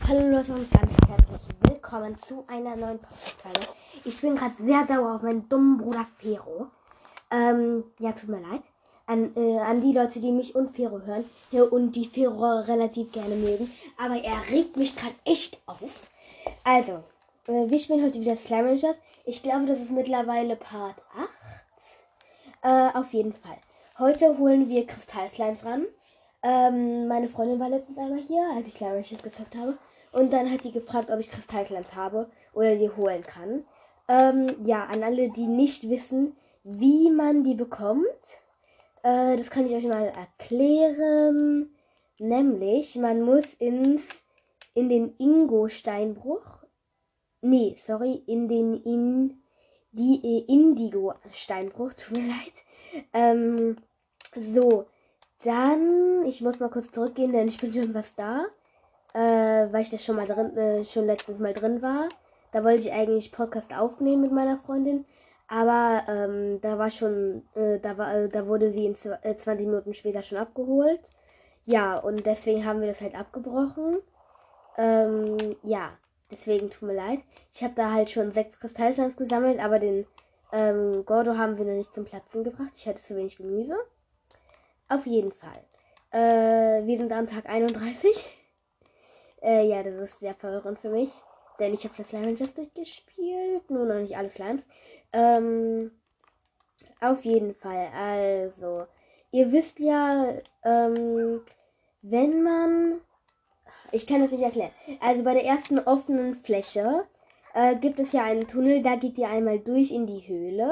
Hallo Leute und ganz herzlich willkommen zu einer neuen Podcast-Folge. Ich bin gerade sehr sauer auf meinen dummen Bruder Fero. Ja, tut mir leid. An die Leute, die mich und Fero hören und die Fero relativ gerne mögen. Aber er regt mich gerade echt auf. Also, wir spielen heute wieder Slime Ranchers. Ich glaube, das ist mittlerweile Part 8. Auf jeden Fall. Heute holen wir Kristall-Slimes ran. Meine Freundin war letztens einmal hier, als ich Slime Ranchers gezockt habe. Und dann hat die gefragt, ob ich Kristallslimes habe oder die holen kann. Ja, an alle, die nicht wissen, wie man die bekommt. Das kann ich euch mal erklären. Nämlich, man muss in den Ingo-Steinbruch. Nee, sorry, in den Indigo-Steinbruch. Tut mir leid. So, dann, ich muss mal kurz zurückgehen, denn ich bin schon was da. Weil ich das schon letztens mal drin war. Da wollte ich eigentlich Podcast aufnehmen mit meiner Freundin, aber da wurde sie 20 Minuten später schon abgeholt. Ja, und deswegen haben wir das halt abgebrochen. Ja, deswegen tut mir leid. Ich habe da halt schon 6 Kristallslimes gesammelt, aber den Gordo haben wir noch nicht zum Platzen gebracht. Ich hatte zu wenig Gemüse. Auf jeden Fall. Wir sind an Tag 31. Ja, das ist sehr verwirrend für mich, denn ich habe das Slime Ranchers durchgespielt, nur noch nicht alle Slimes. Auf jeden Fall, also, ihr wisst ja, wenn man, ich kann das nicht erklären, also bei der ersten offenen Fläche gibt es ja einen Tunnel, da geht ihr einmal durch in die Höhle.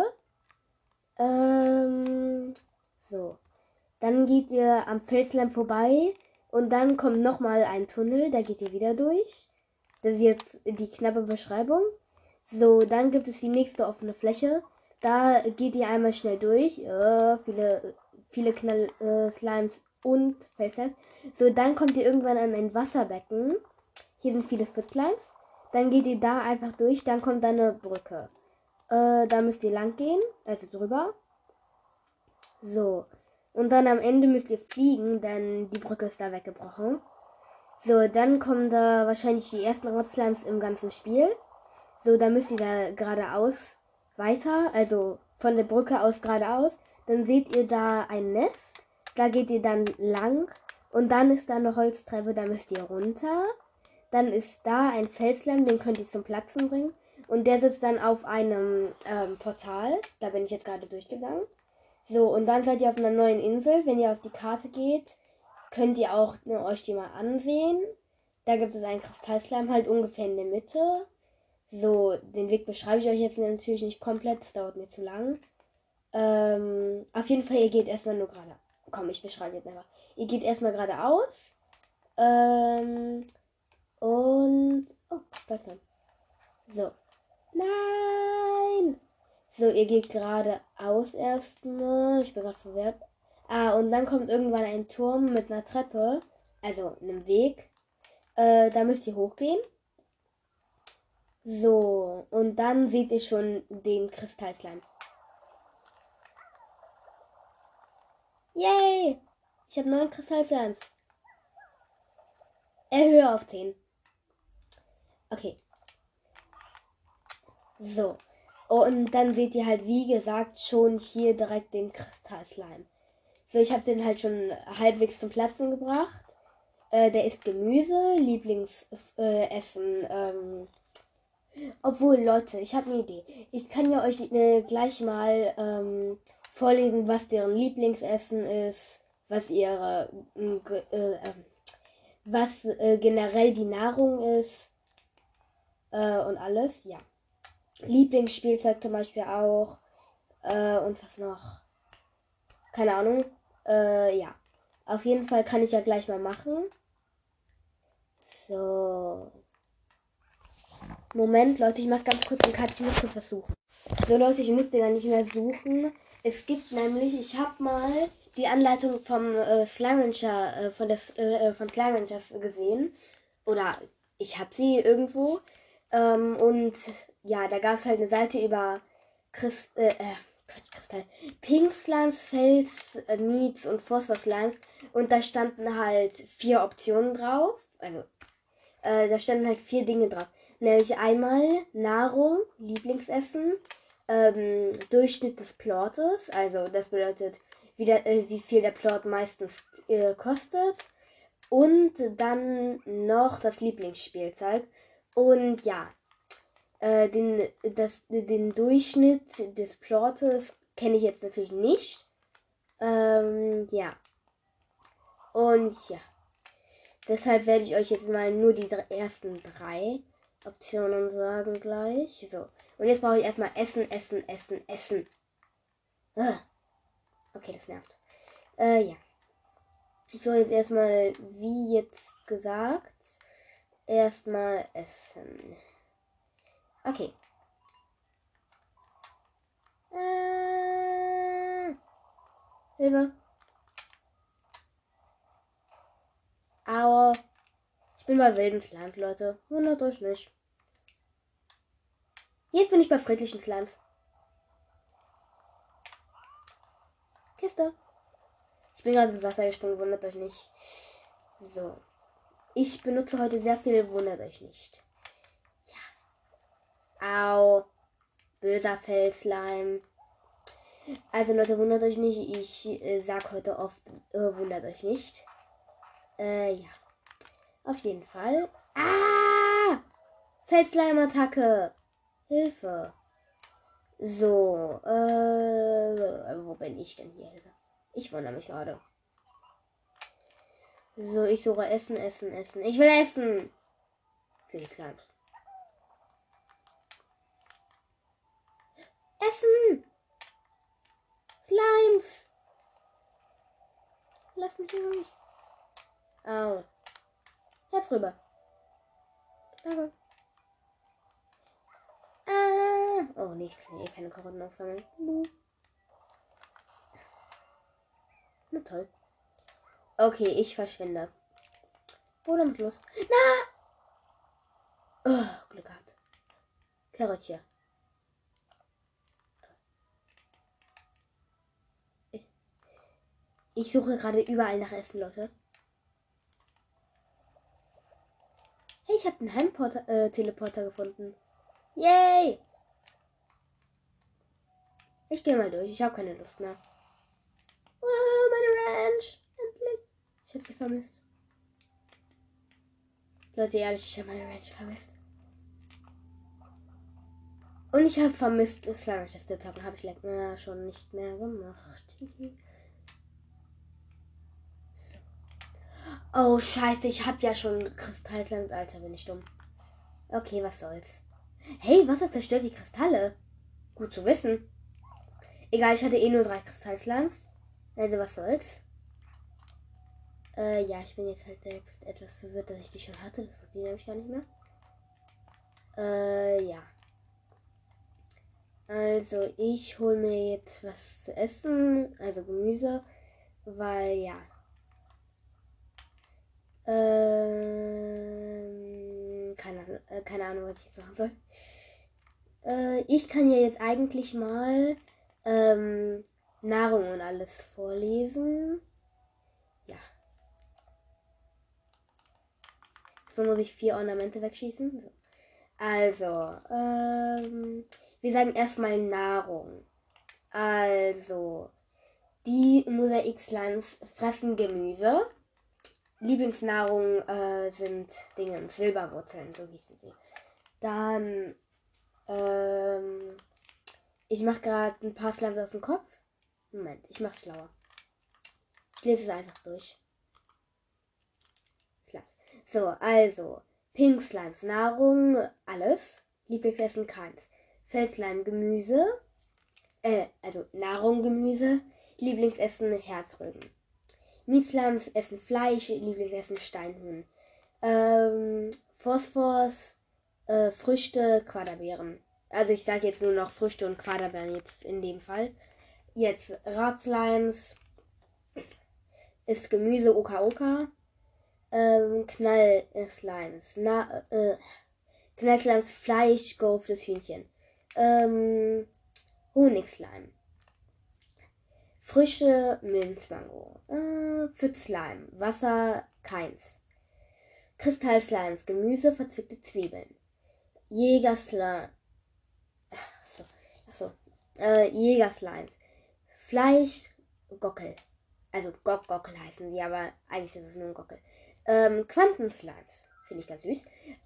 So, dann geht ihr am Felsslime vorbei. Und dann kommt nochmal ein Tunnel, da geht ihr wieder durch. Das ist jetzt die knappe Beschreibung. So, dann gibt es die nächste offene Fläche. Da geht ihr einmal schnell durch. Viele Slimes und Feldslimes. So, dann kommt ihr irgendwann an ein Wasserbecken. Hier sind viele Pfützslimes. Dann geht ihr da einfach durch. Dann kommt da eine Brücke. Da müsst ihr lang gehen, also drüber. So. Und dann am Ende müsst ihr fliegen, denn die Brücke ist da weggebrochen. So, dann kommen da wahrscheinlich die ersten Rotzslimes im ganzen Spiel. So, dann müsst ihr da geradeaus weiter, also von der Brücke aus geradeaus. Dann seht ihr da ein Nest. Da geht ihr dann lang. Und dann ist da eine Holztreppe, da müsst ihr runter. Dann ist da ein Felsslime, den könnt ihr zum Platzen bringen. Und der sitzt dann auf einem Portal. Da bin ich jetzt gerade durchgegangen. So, und dann seid ihr auf einer neuen Insel. Wenn ihr auf die Karte geht, könnt ihr auch euch die mal ansehen. Da gibt es einen Kristallslime halt ungefähr in der Mitte. So, den Weg beschreibe ich euch jetzt natürlich nicht komplett, das dauert mir zu lang. Auf jeden Fall, ihr geht erstmal nur gerade. Komm, ich beschreibe jetzt einfach. Ihr geht erstmal geradeaus. Und. Oh, Kristallslime. So. Nein! So, ihr geht geradeaus erstmal. Ich bin gerade verwirrt. Und dann kommt irgendwann ein Turm mit einer Treppe. Also einem Weg. Da müsst ihr hochgehen. So, und dann seht ihr schon den Kristallslime. Yay! Ich habe 9 Kristallslimes. Erhöhe auf 10. Okay. So. Und dann seht ihr halt, wie gesagt, schon hier direkt den Kristallslime. So, ich habe den halt schon halbwegs zum Platzen gebracht. Der isst Gemüse, Lieblingsessen. Obwohl, Leute, ich habe eine Idee. Ich kann ja euch gleich mal vorlesen, was deren Lieblingsessen ist, was generell die Nahrung ist und alles. Ja. Lieblingsspielzeug zum Beispiel auch. Und was noch? Keine Ahnung. Ja. Auf jeden Fall kann ich ja gleich mal machen. So. Moment, Leute, ich mache ganz kurz einen Cut. Ich muss kurz was suchen. So, Leute, ich musste gar nicht mehr suchen. Es gibt nämlich, ich habe mal die Anleitung vom Slime Rancher, von Slime Ranchers gesehen. Oder ich habe sie irgendwo. Und ja, da gab es halt eine Seite über Kristall, Pink Slimes, Fels, Needs und Phosphor Slimes. Und da standen halt 4 Optionen drauf. Also Da standen halt 4 Dinge drauf. Nämlich einmal Nahrung, Lieblingsessen, Durchschnitt des Plotes, also das bedeutet, wie viel der Plot meistens kostet. Und dann noch das Lieblingsspielzeug. Und ja, den Durchschnitt des Plotes kenne ich jetzt natürlich nicht. Ja. Und ja. Deshalb werde ich euch jetzt mal nur diese ersten 3 Optionen sagen gleich. So. Und jetzt brauche ich erstmal Essen, Essen, Essen, Essen. Okay, das nervt. Ja. Ich soll jetzt erstmal, wie jetzt gesagt, erstmal essen. Okay. Hilfe. Aua. Ich bin bei wilden Slimes, Leute. Wundert euch nicht. Jetzt bin ich bei friedlichen Slimes. Kiste. Ich bin gerade ins Wasser gesprungen, wundert euch nicht. So. Ich benutze heute sehr viel, wundert euch nicht. Ja. Au. Böser Fellslime. Also Leute, wundert euch nicht. Ich sag heute oft, wundert euch nicht. Ja. Auf jeden Fall. Ah! Fellslime-Attacke. Hilfe. So. Wo bin ich denn hier? Ich wundere mich gerade. So, ich suche Essen, Essen, Essen. Ich will essen. Für die Slimes. Essen! Slimes! Lass mich durch. Au. Jetzt rüber. Danke. Ah. Oh nee, ich kann hier keine Karotten aufsammeln. Na toll. Okay, ich verschwinde. Wo damit los? Na! Oh, Glück gehabt. Karottchen. Ich suche gerade überall nach Essen, Leute. Hey, ich habe einen Heimteleporter gefunden. Yay! Ich gehe mal durch. Ich habe keine Lust mehr. Oh, meine Ranch. Endlich. Ich habe sie vermisst. Leute, ehrlich, ich habe meine Ranch vermisst. Und ich habe vermisst, Slime das zu toppen. Habe ich schon nicht mehr gemacht. Oh, scheiße. Ich habe ja schon Kristallslimes. Alter, bin ich dumm. Okay, was soll's. Hey, Wasser zerstört die Kristalle. Gut zu wissen. Egal, ich hatte eh nur 3 Kristallslimes. Also, was soll's. Ja, ich bin jetzt halt selbst etwas verwirrt, dass ich die schon hatte. Das wusste ich nämlich gar nicht mehr. Ja. Also, ich hole mir jetzt was zu essen. Also Gemüse. Weil, ja. Keine Ahnung, was ich jetzt machen soll. Ich kann ja jetzt eigentlich mal Nahrung und alles vorlesen. Ja. Jetzt muss ich 4 Ornamente wegschießen. So. Also, wir sagen erstmal Nahrung. Also, die Mosaik-Slimes fressen Gemüse. Lieblingsnahrung sind Silberwurzeln, so hießen sie. Dann, ich mache gerade ein paar Slimes aus dem Kopf. Moment, ich mach's schlauer. Ich lese es einfach durch. Slimes. So, also, Pink Slimes, Nahrung, alles. Lieblingsessen, keins. Feldslime, Gemüse. Also Nahrung, Gemüse. Lieblingsessen, Herzrüben. Mietslimes essen Fleisch, Lieblingsessen, Steinhuhn. Phosphors, Früchte, Quaderbeeren. Also ich sage jetzt nur noch Früchte und Quaderbeeren jetzt in dem Fall. Jetzt Radslimes ist Gemüse, Oka. Knallslimes. Knallslimes, Fleisch, gehobenes Hühnchen. Honigslime. Frische Minzmango. Pfützslime. Wasser, keins. Kristallslimes, Gemüse, verzwickte Zwiebeln. Jägerslime. Achso. Jägerslimes. Fleisch, Gockel. Also Gockel heißen sie, aber eigentlich ist es nur ein Gockel. Quantenslimes. Finde ich ganz süß.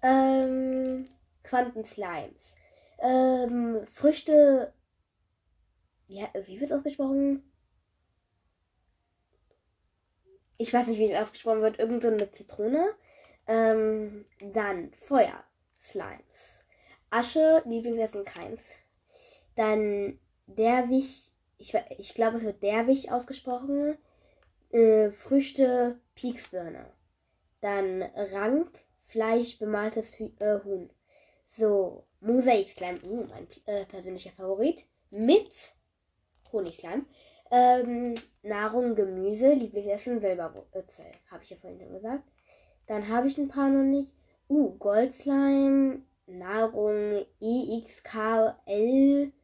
Quantenslimes. Früchte. Ja, wie wird es ausgesprochen? Ich weiß nicht, wie es ausgesprochen wird. Irgend so eine Zitrone. Dann Feuer. Slimes. Asche, Lieblingsessen keins. Dann Derwig. Ich glaube, es wird Derwig ausgesprochen. Früchte, Pieksbirne. Dann Rank, Fleisch, bemaltes Huhn. So, Mosaikslime, mein persönlicher Favorit. Mit Honigslime. Nahrung, Gemüse, Lieblingsessen, Silberwurzel. Habe ich ja vorhin schon gesagt. Dann habe ich ein paar noch nicht. Goldslime, Nahrung, EXKLUSIV.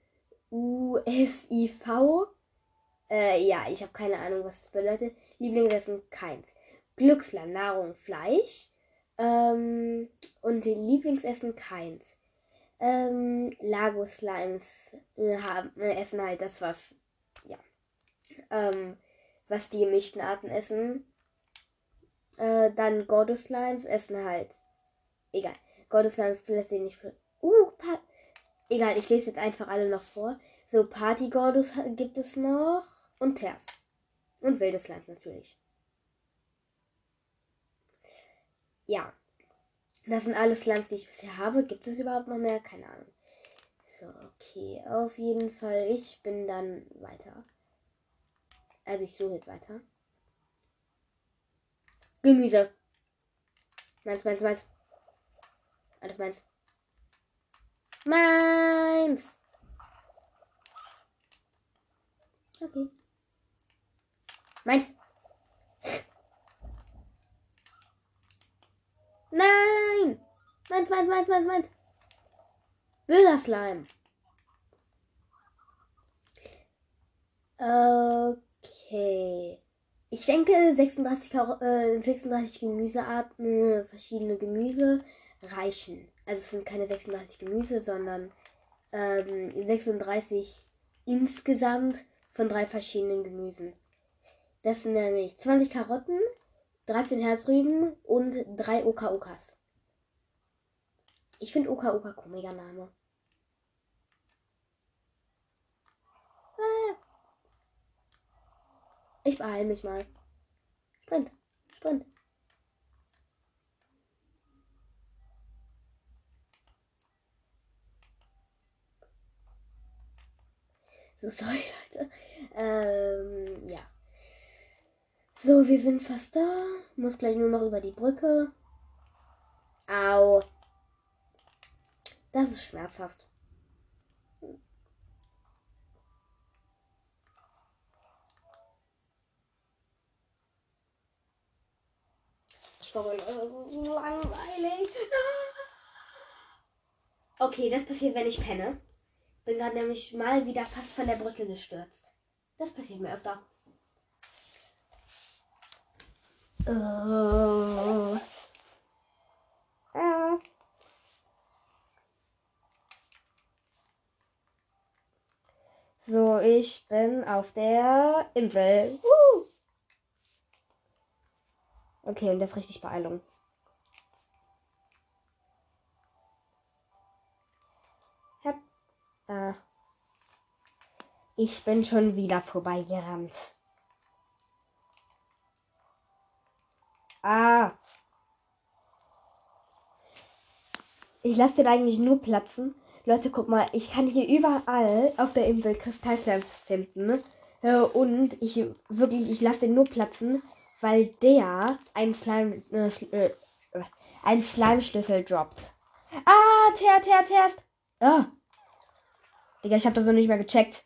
Ja, ich habe keine Ahnung, was das bedeutet. Lieblingsessen keins. Glücksslime, Nahrung, Fleisch. Und Lieblingsessen keins. Lago-Slimes essen halt das, was die gemischten Arten essen. Dann Gordo-Slimes essen halt. Egal. Gordo-Slimes lässt sich nicht. Egal, ich lese jetzt einfach alle noch vor. So, Party-Gordus gibt es noch. Und Ters. Und wilde Slimes natürlich. Ja. Das sind alle Slimes, die ich bisher habe. Gibt es überhaupt noch mehr? Keine Ahnung. So, okay. Auf jeden Fall, ich bin dann weiter. Also ich suche jetzt weiter. Gemüse. Meins. Alles meins. Meins! Okay. Meins! Nein! Meins! Böser Slime. Okay. Ich denke 36 Gemüsearten, verschiedene Gemüse reichen. Also es sind keine 36 Gemüse, sondern 36 insgesamt von 3 verschiedenen Gemüsen. Das sind nämlich 20 Karotten, 13 Herzrüben und 3 Oka-Okas. Ich finde Oka-Oka komischer Name. Ich beeile mich mal. Sprint. So, sorry, Leute. Ja. So, wir sind fast da. Muss gleich nur noch über die Brücke. Au. Das ist schmerzhaft. Sorry, das ist so langweilig. Okay, das passiert, wenn ich penne. Bin gerade nämlich mal wieder fast von der Brücke gestürzt. Das passiert mir öfter. So, ich bin auf der Insel. Okay, und jetzt richtig Beeilung. Ich bin schon wieder vorbeigerannt. Ich lasse den eigentlich nur platzen. Leute, guck mal, ich kann hier überall auf der Insel Kristallslimes finden. Und ich lasse den nur platzen, weil der einen Slime-Schlüssel droppt. Terst. Digga, ich habe das noch nicht mehr gecheckt.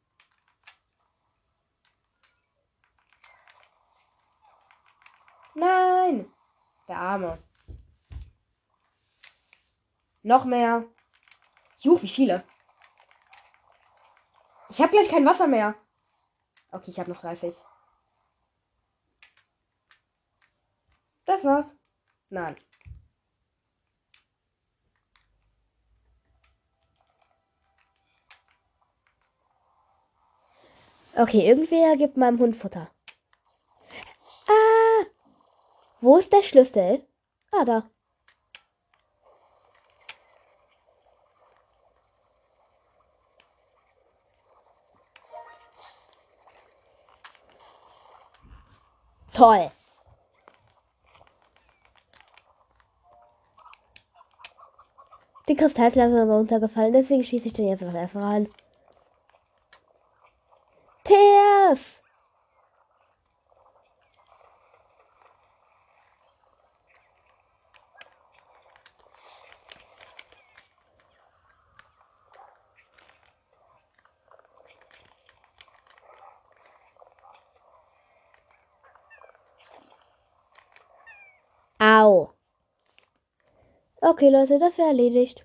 Nein! Der Arme. Noch mehr. Juch, wie viele? Ich habe gleich kein Wasser mehr. Okay, ich habe noch 30. Das war's. Nein. Okay, irgendwer gibt meinem Hund Futter. Ah, wo ist der Schlüssel? Ah, da. Toll. Die Kristallslampe ist aber runtergefallen, deswegen schieße ich den jetzt was erst rein. Teers! Au. Okay, Leute, das wäre erledigt.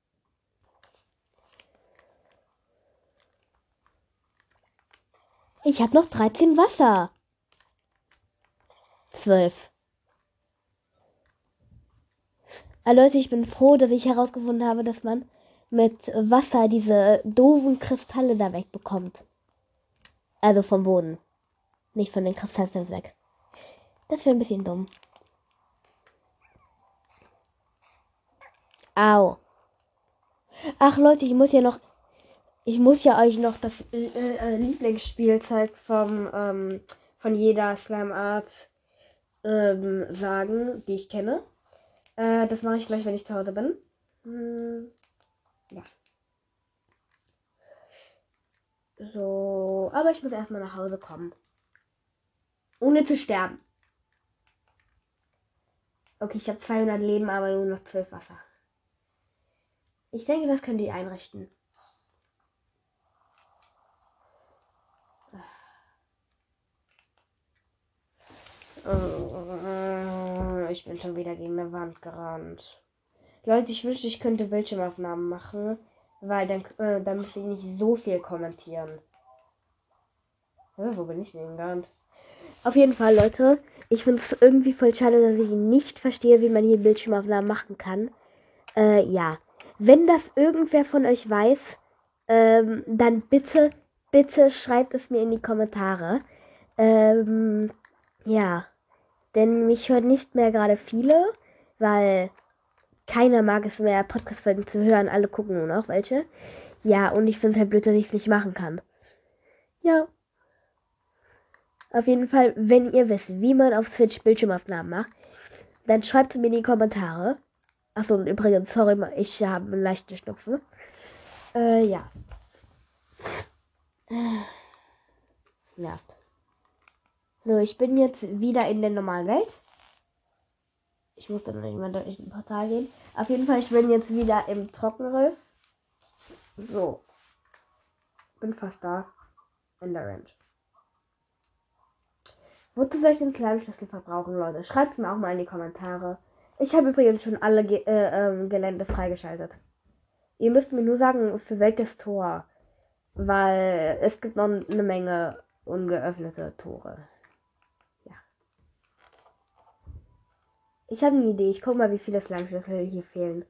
Ich habe noch 13 Wasser. 12. Leute, ich bin froh, dass ich herausgefunden habe, dass man mit Wasser diese doofen Kristalle da wegbekommt. Also vom Boden. Nicht von den Kristallen weg. Das wäre ein bisschen dumm. Au. Ach Leute, ich muss ja euch noch das Lieblingsspielzeug von jeder Slime-Art sagen, die ich kenne. Das mache ich gleich, wenn ich zu Hause bin. Ja. So, aber ich muss erstmal nach Hause kommen. Ohne zu sterben. Okay, ich habe 200 Leben, aber nur noch 12 Wasser. Ich denke, das könnt ihr einrichten. Ich bin schon wieder gegen eine Wand gerannt. Leute, ich wünschte, ich könnte Bildschirmaufnahmen machen, weil dann müsste ich nicht so viel kommentieren. Wo bin ich denn gerannt? Auf jeden Fall, Leute, ich finde es irgendwie voll schade, dass ich nicht verstehe, wie man hier Bildschirmaufnahmen machen kann. Ja. Wenn das irgendwer von euch weiß, dann bitte schreibt es mir in die Kommentare. Ja. Denn mich hören nicht mehr gerade viele, weil keiner mag es mehr, Podcast-Folgen zu hören. Alle gucken nur noch welche. Ja, und ich finde es halt blöd, dass ich es nicht machen kann. Ja. Auf jeden Fall, wenn ihr wisst, wie man auf Twitch Bildschirmaufnahmen macht, dann schreibt es mir in die Kommentare. Achso, und übrigens, sorry, ich habe einen leichten Schnupfen. Ja. Nervt. So, ich bin jetzt wieder in der normalen Welt. Ich muss dann nicht mehr durch ein Portal gehen. Auf jeden Fall, ich bin jetzt wieder im Trockenriff. So. Bin fast da. In der Range. Wozu soll ich den Kleinschlüssel verbrauchen, Leute? Schreibt mir auch mal in die Kommentare. Ich habe übrigens schon alle Gelände freigeschaltet. Ihr müsst mir nur sagen, für welches Tor. Weil es gibt noch eine Menge ungeöffnete Tore. Ja. Ich habe eine Idee. Ich guck mal, wie viele Slime-Schlüssel hier fehlen.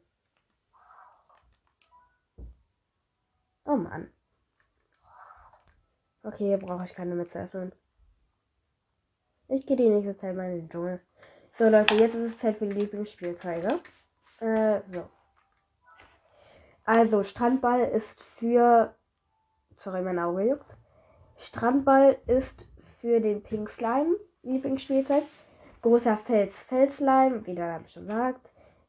Oh Mann. Okay, hier brauche ich keine Mütze öffnen. Ich gehe die nächste Zeit mal in den Dschungel. So Leute, jetzt ist es Zeit für die Lieblingsspielzeuge. So. Also, Strandball ist für... Sorry, mein Auge juckt. Strandball ist für den Pink Slime Lieblingsspielzeug. Großer Felslime, wie der Name schon sagt.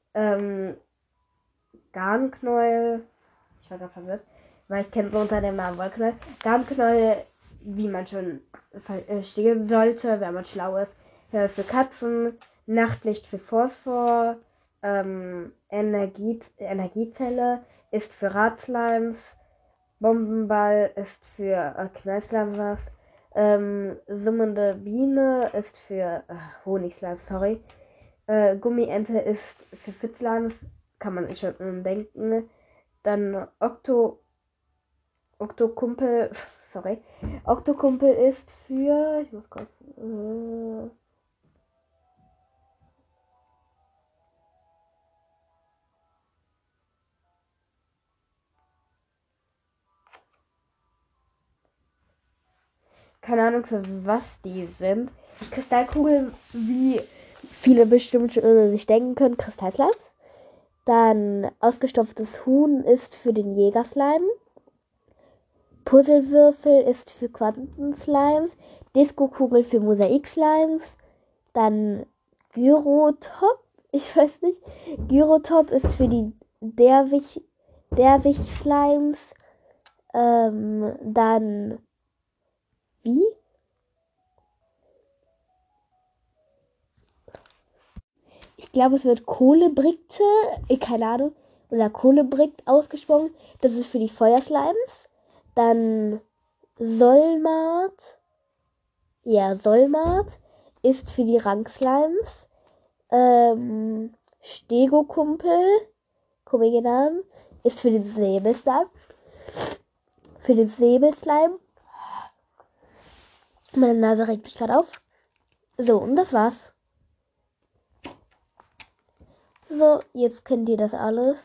Garnknäuel. Ich war gerade verwirrt, weil ich kenne so unter dem Namen Wollknäuel. Garnknäuel, wie man schon verstehen sollte, wenn man schlau ist, für Katzen. Nachtlicht für Phosphor. Energiezelle ist für Radslimes. Bombenball ist für Knallslimes. Summende Biene ist für Honigslimes, sorry. Gummiente ist für Fitzlimes, kann man sich schon denken. Dann Oktokumpel, sorry. Oktokumpel ist für, ich muss kurz, keine Ahnung für was die sind. Kristallkugeln, wie viele bestimmt sich denken können, Kristallslimes. Dann ausgestopftes Huhn ist für den Jägerslime. Puzzlewürfel ist für Quantenslimes. Disco-Kugel für Mosaik-Slimes. Dann Gyrotop, ich weiß nicht. Gyrotop ist für die Derwig-Slimes. Dann wie? Ich glaube, es wird Kohlebrikte, keine Ahnung, oder Kohlebrikt ausgesprochen. Das ist für die Feuerslimes. Dann Solmat. Ja, Solmat ist für die Rangslimes. Stegokumpel, komischer Name, ist für den Säbelslime. Für den Säbelslime. Meine Nase regt mich gerade auf. So, und das war's. So, jetzt kennt ihr das alles.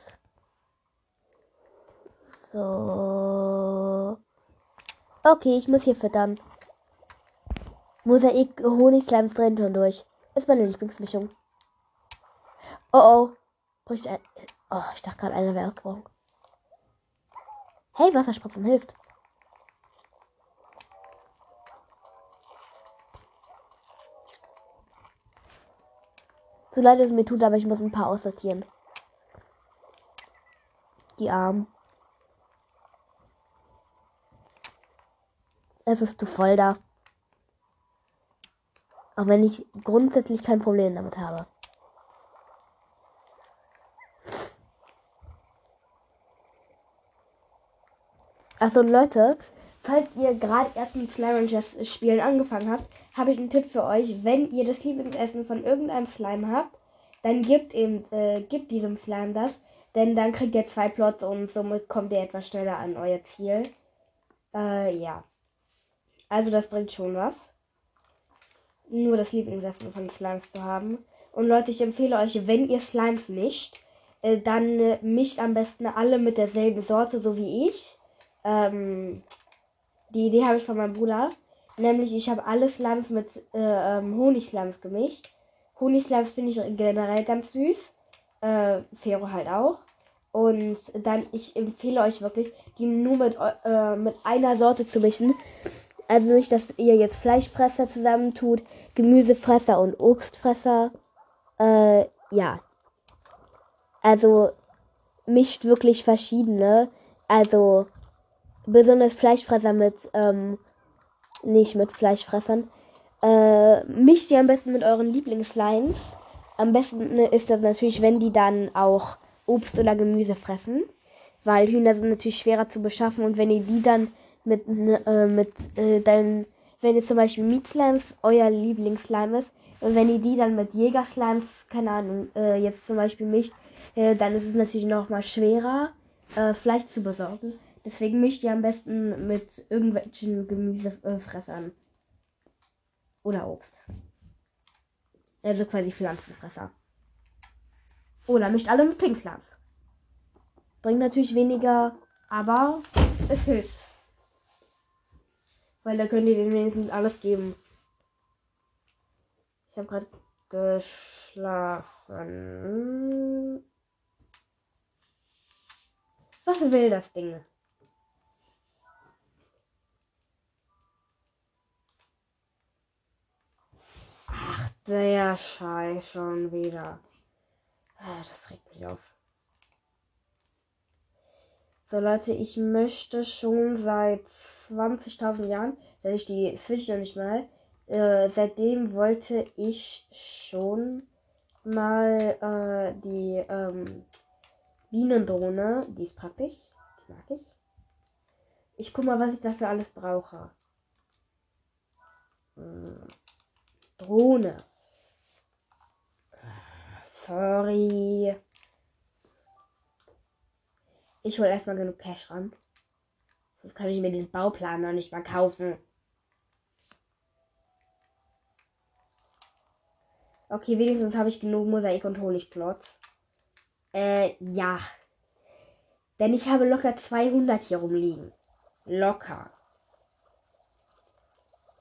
So. Okay, ich muss hier füttern. Mosaik, Honigslimes drin schon durch. Ist meine Lieblingsmischung. Oh. Bricht ein. Oh, ich dachte gerade, einer wäre ausgebrochen. Hey, Wasserspritzen hilft. So leid es mir tut, aber ich muss ein paar aussortieren. Die Armen. Es ist zu voll da. Auch wenn ich grundsätzlich kein Problem damit habe. Achso, Leute, falls ihr gerade erst mit Slime Ranchers Spielen angefangen habt, habe ich einen Tipp für euch. Wenn ihr das Lieblingsessen von irgendeinem Slime habt, dann gebt diesem Slime das, denn dann kriegt ihr 2 Plots und somit kommt ihr etwas schneller an euer Ziel. Ja. Also das bringt schon was. Nur das Lieblingsessen von Slimes zu haben. Und Leute, ich empfehle euch, wenn ihr Slimes mischt, dann mischt am besten alle mit derselben Sorte, so wie ich. Die Idee habe ich von meinem Bruder. Nämlich, ich habe alle Slimes mit Honigslimes gemischt. Honigslimes finde ich generell ganz süß. Fero halt auch. Und dann, ich empfehle euch wirklich, die nur mit einer Sorte zu mischen. Also nicht, dass ihr jetzt Fleischfresser zusammentut, Gemüsefresser und Obstfresser. Ja. Also mischt wirklich verschiedene. Also besonders Fleischfresser mit, nicht mit Fleischfressern. Mischt ihr am besten mit euren Lieblingsslimes. Am besten ist das natürlich, wenn die dann auch Obst oder Gemüse fressen. Weil Hühner sind natürlich schwerer zu beschaffen und wenn ihr die dann wenn ihr zum Beispiel Meat Slimes euer Lieblingsslime ist und wenn ihr die dann mit Jägerslimes, keine Ahnung, jetzt zum Beispiel mischt, dann ist es natürlich noch mal schwerer, Fleisch zu besorgen. Deswegen mischt ihr am besten mit irgendwelchen Gemüsefressern oder Obst. Also quasi Pflanzenfresser. Oder mischt alle mit Pink Slimes. Bringt natürlich weniger, aber es hilft. Weil da könnt ihr denen wenigstens alles geben. Ich habe gerade geschlafen. Was will das Ding? Ach, der Scheiß schon wieder. Das regt mich auf. So Leute, ich möchte schon seit 20.000 Jahren, denn ich die Switch noch nicht mal, seitdem wollte ich schon mal die Bienendrohne, die ist praktisch, die mag ich. Ich guck mal, was ich dafür alles brauche. Drohne. Sorry. Ich hole erstmal genug Cash ran. Sonst kann ich mir den Bauplan noch nicht mal kaufen. Okay, wenigstens habe ich genug Mosaik und Honigplots. Ja. Denn ich habe locker 200 hier rumliegen. Locker.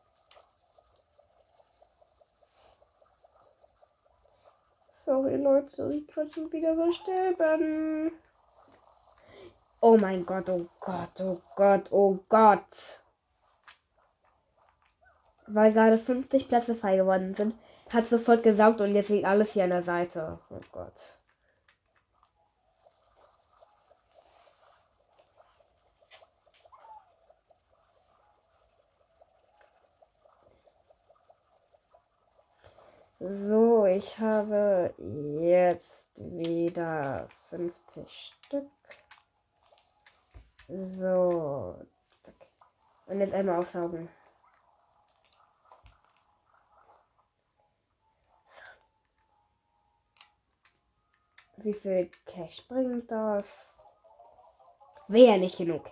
Sorry, Leute, ich kann schon wieder so sterben. Oh mein Gott, oh Gott, oh Gott, oh Gott. Weil gerade 50 Plätze frei geworden sind, hat sofort gesaugt und jetzt liegt alles hier an der Seite. Oh Gott. So, ich habe jetzt wieder 50 Stück. So. Und jetzt einmal aufsaugen. Wie viel Cash bringt das? Wäre nicht genug.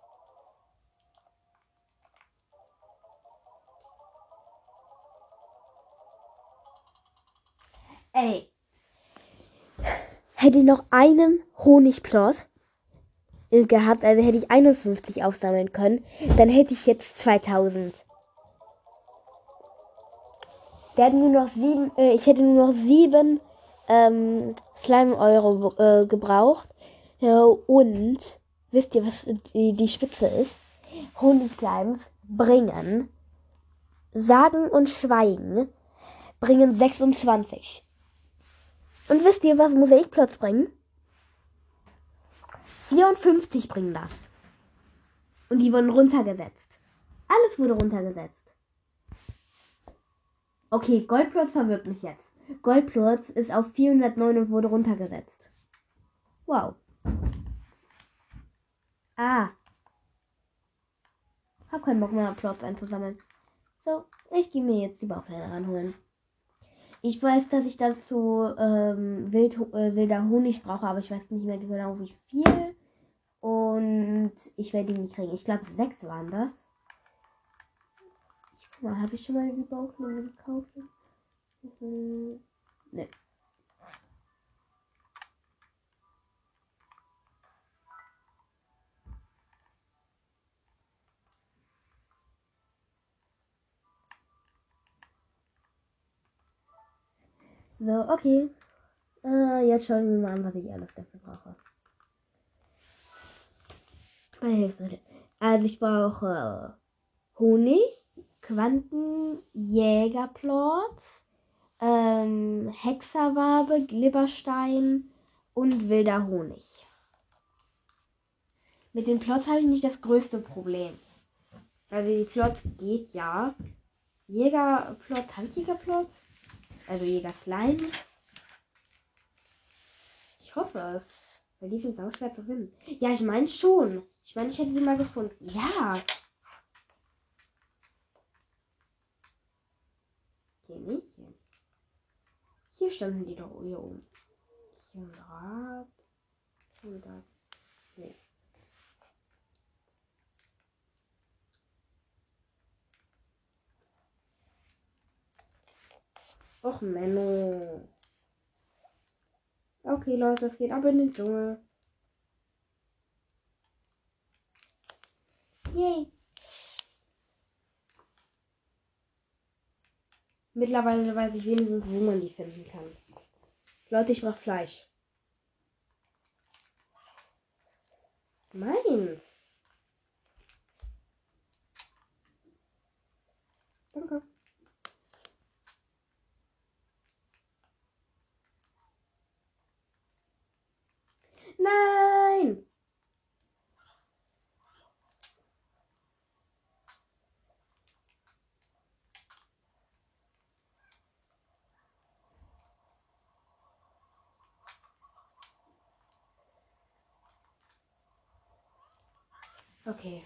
Ey. Hätte ich noch einen Honigplot gehabt, also hätte ich 51 aufsammeln können, dann hätte ich jetzt 2000. Der hat nur noch 7, ich hätte nur noch 7 Slime-Euro gebraucht. Und wisst ihr, was die Spitze ist? Honig-Slimes bringen, sagen und schweigen, bringen 26. Und wisst ihr, was Mosaikplots bringen? 54 bringen das. Und die wurden runtergesetzt. Alles wurde runtergesetzt. Okay, Goldplots verwirrt mich jetzt. Goldplots ist auf 409 und wurde runtergesetzt. Wow. Ah. Hab keinen Bock mehr, Plots einzusammeln. So, ich gehe mir jetzt die Bauchleiter ranholen. Ich weiß, dass ich dazu wilder Honig brauche, aber ich weiß nicht mehr genau wie viel. Und ich werde die nicht kriegen. Ich glaube 6 waren das. Guck mal, habe ich schon mal die Bauchleiter gekauft? Ne. So, okay. Jetzt schauen wir mal an, was ich alles dafür brauche. Also ich brauche Honig, Quanten, Jägerplots, Hexerwabe, Glibberstein und wilder Honig. Mit den Plots habe ich nicht das größte Problem. Also die Plots geht ja. Jägerplots, habe ich Jägerplots? Also Jägerslimes. Ich hoffe es. Weil die sind sau schwer zu finden. Ja, ich meine schon. Ich meine, ich hätte die mal gefunden. Ja. Hier nicht. Hier standen die doch hier oben. Hier ein Rad. Und da. Nee. Och, Menno. Okay, Leute, es geht ab in den Dschungel. Yay. Mittlerweile weiß ich wenigstens, wo man die finden kann. Leute, ich mach Fleisch. Meins. Danke. Nein. Okay.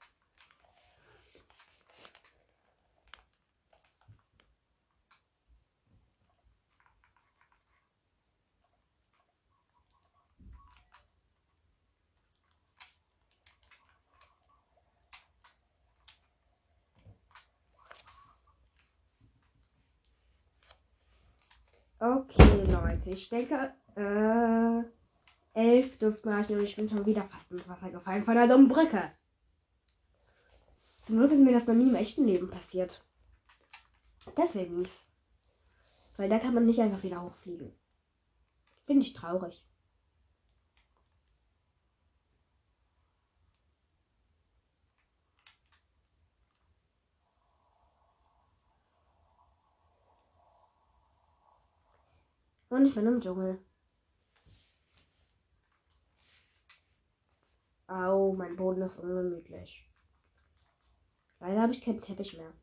Okay, Leute. Ich denke, 11 dürften reichen und ich bin schon wieder fast ins Wasser gefallen von der dummen Brücke. Zum Glück ist mir das noch nie im echten Leben passiert. Deswegen. Weil da kann man nicht einfach wieder hochfliegen. Finde ich traurig. Und ich bin im Dschungel. Au, mein Boden ist ungemütlich. Leider habe ich keinen Teppich mehr.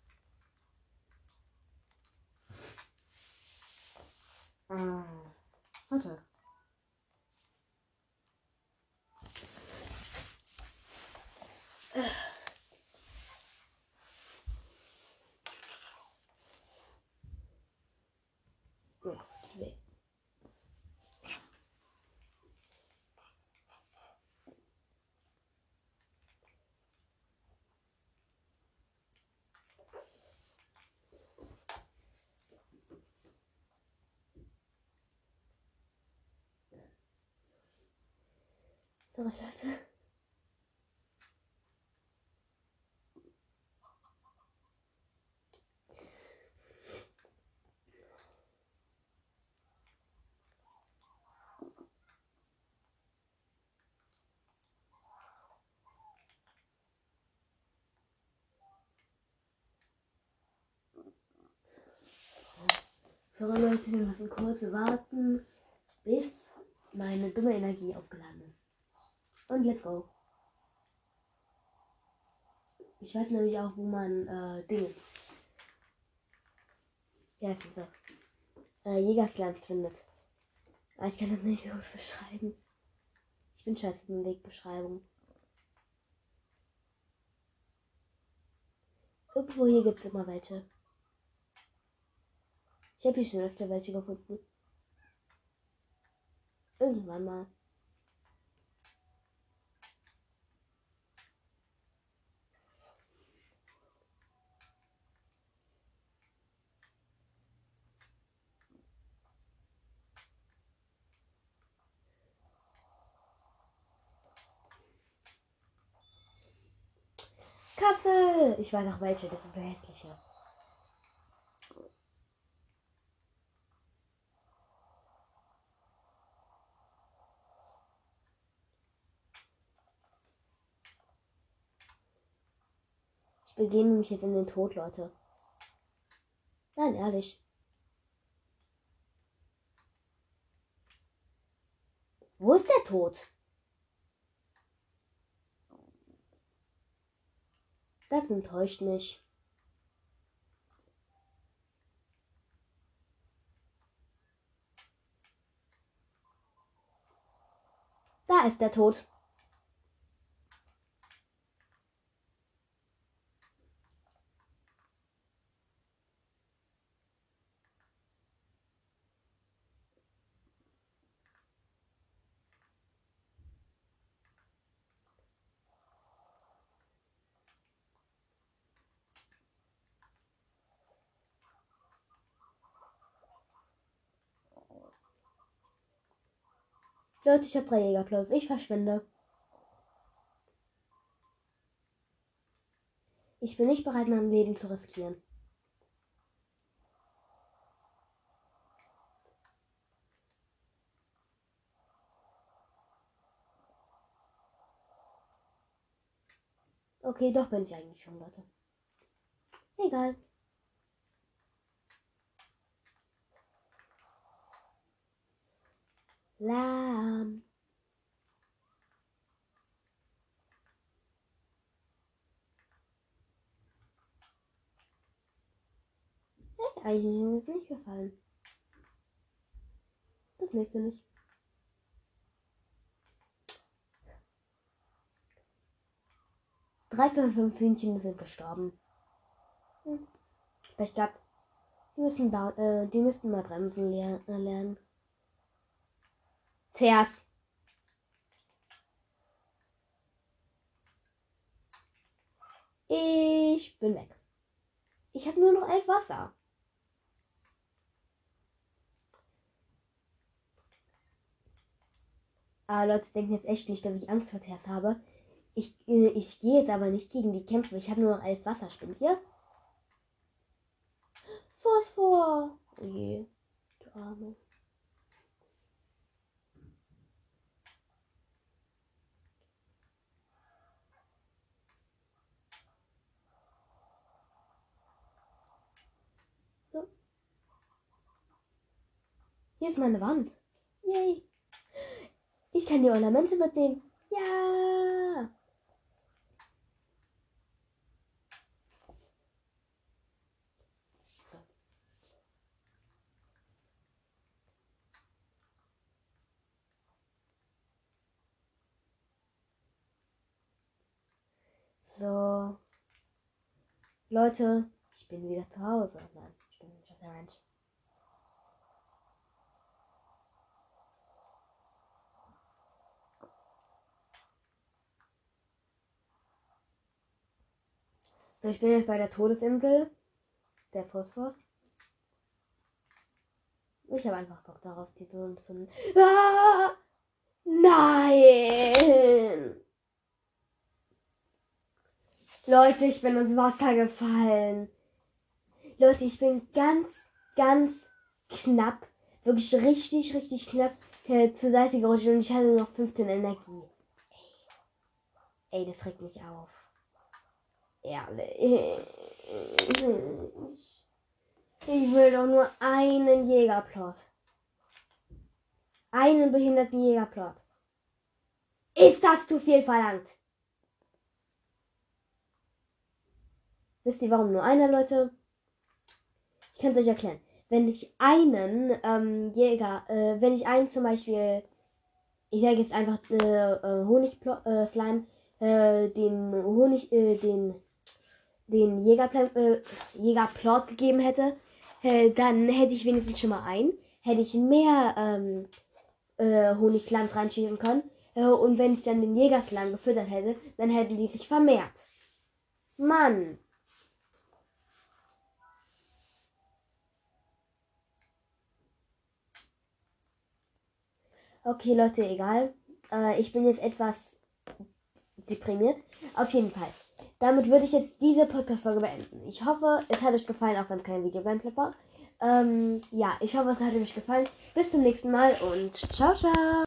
Warte. Oh, weh. Sorry, Leute. Sorry, Leute, wir müssen kurz warten, bis meine dumme Energie aufgeladen ist. Und let's go. Ich weiß nämlich auch, wo man Dings. Ja, ist es doch. Jägerslams findet. Aber ich kann das nicht gut beschreiben. Ich bin scheiße in Wegbeschreibung. Irgendwo hier gibt es immer welche. Ich habe hier schon öfter welche gefunden. Irgendwann mal. Kapsel! Ich weiß auch welche, das ist eine hässliche. Ich begebe mich jetzt in den Tod, Leute. Nein, ehrlich. Wo ist der Tod? Das enttäuscht mich. Da ist der Tod. Leute, ich habe 3 Jäger plus. Ich verschwinde. Ich bin nicht bereit, mein Leben zu riskieren. Okay, doch bin ich eigentlich schon, Leute. Egal. Lahm. Eigentlich hat mir das nicht gefallen. Das nächste nicht. 3 von 5 Hühnchen sind gestorben. Pech gehabt. Die müssten mal bremsen lernen. Ters. Ich bin weg. Ich habe nur noch 11 Wasser. Aber Leute denken jetzt echt nicht, dass ich Angst vor Ters habe. Ich gehe jetzt aber nicht gegen die Kämpfe. Ich habe nur noch 11 Wasser. Stimmt hier? Phosphor. Oh je. Du Arme. Hier ist meine Wand. Yay. Ich kann die Ornamente mitnehmen. Ja. So. Leute, ich bin wieder zu Hause. Nein, ich bin nicht auf der Ranch. So, ich bin jetzt bei der Todesinsel. Der Phosphor. Ich habe einfach Bock darauf, die so zu... Ah! Nein! Leute, ich bin ins Wasser gefallen. Leute, ich bin ganz, ganz knapp, wirklich richtig, richtig knapp zur Seite gerutscht und ich hatte nur noch 15 Energie. Ey, das regt mich auf. Ehrlich. Ich will doch nur einen Jägerplot. Einen behinderten Jägerplot. Ist das zu viel verlangt? Wisst ihr, warum nur einer, Leute? Ich kann es euch erklären. Wenn ich einen wenn ich einen zum Beispiel, ich sage jetzt einfach Honigslime, den Jägerplot gegeben hätte, dann hätte ich wenigstens schon mal einen. Hätte ich mehr Honigslimes reinschieben können. Und wenn ich dann den Jägerslime gefüttert hätte, dann hätte die sich vermehrt. Mann! Okay, Leute, egal. Ich bin jetzt etwas deprimiert. Auf jeden Fall. Damit würde ich jetzt diese Podcast-Folge beenden. Ich hoffe, es hat euch gefallen, auch wenn es kein Video-Gameplay war. Ja, ich hoffe, es hat euch gefallen. Bis zum nächsten Mal und ciao, ciao.